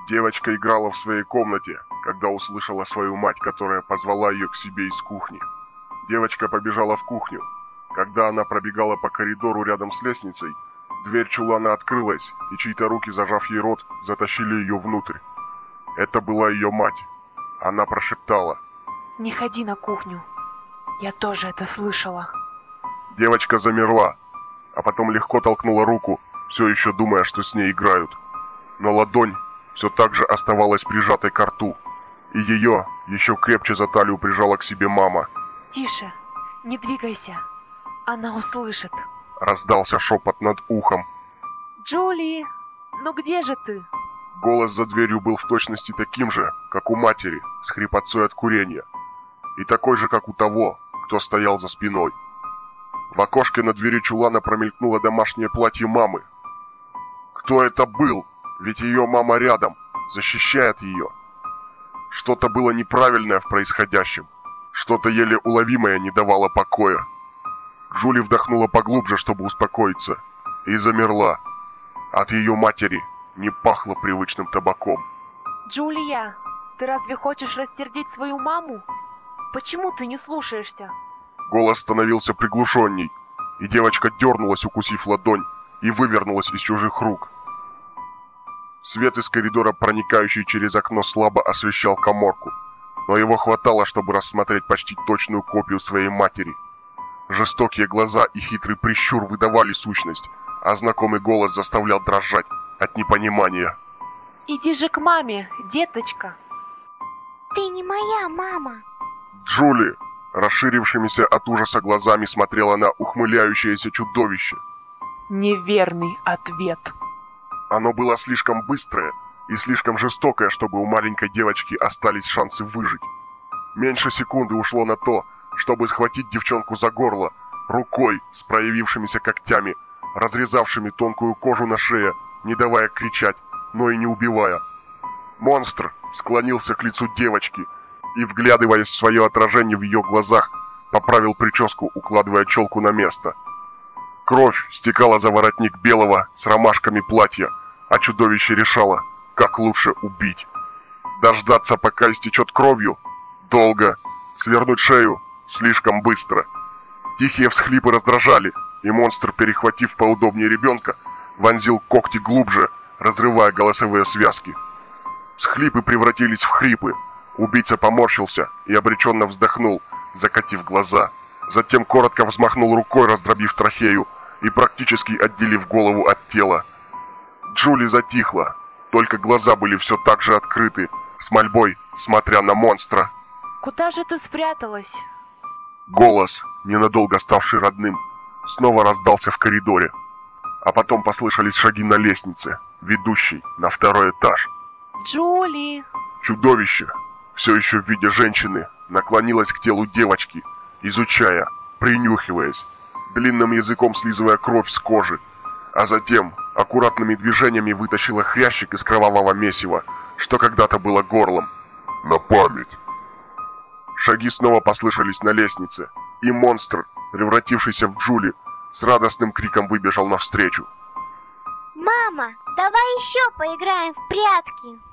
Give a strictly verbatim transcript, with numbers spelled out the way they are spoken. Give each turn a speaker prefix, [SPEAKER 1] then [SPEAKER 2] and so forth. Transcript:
[SPEAKER 1] Девочка играла в своей комнате, когда услышала свою мать, которая позвала ее к себе из кухни. Девочка побежала в кухню. Когда она пробегала по коридору рядом с лестницей, дверь чулана открылась, и чьи-то руки, зажав ей рот, затащили ее внутрь. Это была ее мать. Она прошептала:
[SPEAKER 2] «Не ходи на кухню. Я тоже это слышала».
[SPEAKER 1] Девочка замерла, а потом легко толкнула руку, все еще думая, что с ней играют. Но ладонь все так же оставалась прижатой к рту, и ее еще крепче за талию прижала к себе мама.
[SPEAKER 2] «Тише, не двигайся, она услышит»,
[SPEAKER 1] — раздался шепот над ухом.
[SPEAKER 2] «Джули, ну где же ты?»
[SPEAKER 1] Голос за дверью был в точности таким же, как у матери, с хрипотцой от курения, и такой же, как у того, кто стоял за спиной. В окошке на двери чулана промелькнуло домашнее платье мамы. Кто это был? Ведь ее мама рядом, защищает ее. Что-то было неправильное в происходящем. Что-то еле уловимое не давало покоя. Джули вдохнула поглубже, чтобы успокоиться, и замерла. От ее матери не пахло привычным табаком.
[SPEAKER 2] «Джулия, ты разве хочешь рассердить свою маму? Почему ты не слушаешься?»
[SPEAKER 1] Голос становился приглушенней, и девочка дернулась, укусив ладонь, и вывернулась из чужих рук. Свет из коридора, проникающий через окно, слабо освещал каморку, но его хватало, чтобы рассмотреть почти точную копию своей матери. Жестокие глаза и хитрый прищур выдавали сущность, а знакомый голос заставлял дрожать от непонимания.
[SPEAKER 2] «Иди же к маме, деточка!»
[SPEAKER 3] «Ты не моя мама!»
[SPEAKER 1] Джули, расширившимися от ужаса глазами, смотрела на ухмыляющееся чудовище.
[SPEAKER 2] Неверный ответ.
[SPEAKER 1] Оно было слишком быстрое и слишком жестокое, чтобы у маленькой девочки остались шансы выжить. Меньше секунды ушло на то, чтобы схватить девчонку за горло, рукой с проявившимися когтями, разрезавшими тонкую кожу на шее, не давая кричать, но и не убивая. Монстр склонился к лицу девочки и, вглядываясь в свое отражение в ее глазах, поправил прическу, укладывая челку на место. Кровь стекала за воротник белого с ромашками платья, а чудовище решало, как лучше убить. Дождаться, пока истечет кровью? Долго. Свернуть шею? Слишком быстро. Тихие всхлипы раздражали, и монстр, перехватив поудобнее ребенка, вонзил когти глубже, разрывая голосовые связки. Всхлипы превратились в хрипы. Убийца поморщился и обреченно вздохнул, закатив глаза. Затем коротко взмахнул рукой, раздробив трахею и практически отделив голову от тела. Джули затихла, только глаза были все так же открыты, с мольбой, смотря на монстра.
[SPEAKER 2] «Куда же ты спряталась?»
[SPEAKER 1] Голос, ненадолго ставший родным, снова раздался в коридоре, а потом послышались шаги на лестнице, ведущей на второй этаж.
[SPEAKER 2] «Джули!»
[SPEAKER 1] Чудовище, все еще в виде женщины, наклонилось к телу девочки, изучая, принюхиваясь, длинным языком слизывая кровь с кожи, а затем аккуратными движениями вытащила хрящик из кровавого месива, что когда-то было горлом. «На память!» Шаги снова послышались на лестнице, и монстр, превратившийся в Джули, с радостным криком выбежал навстречу.
[SPEAKER 3] «Мама, давай еще поиграем в прятки!»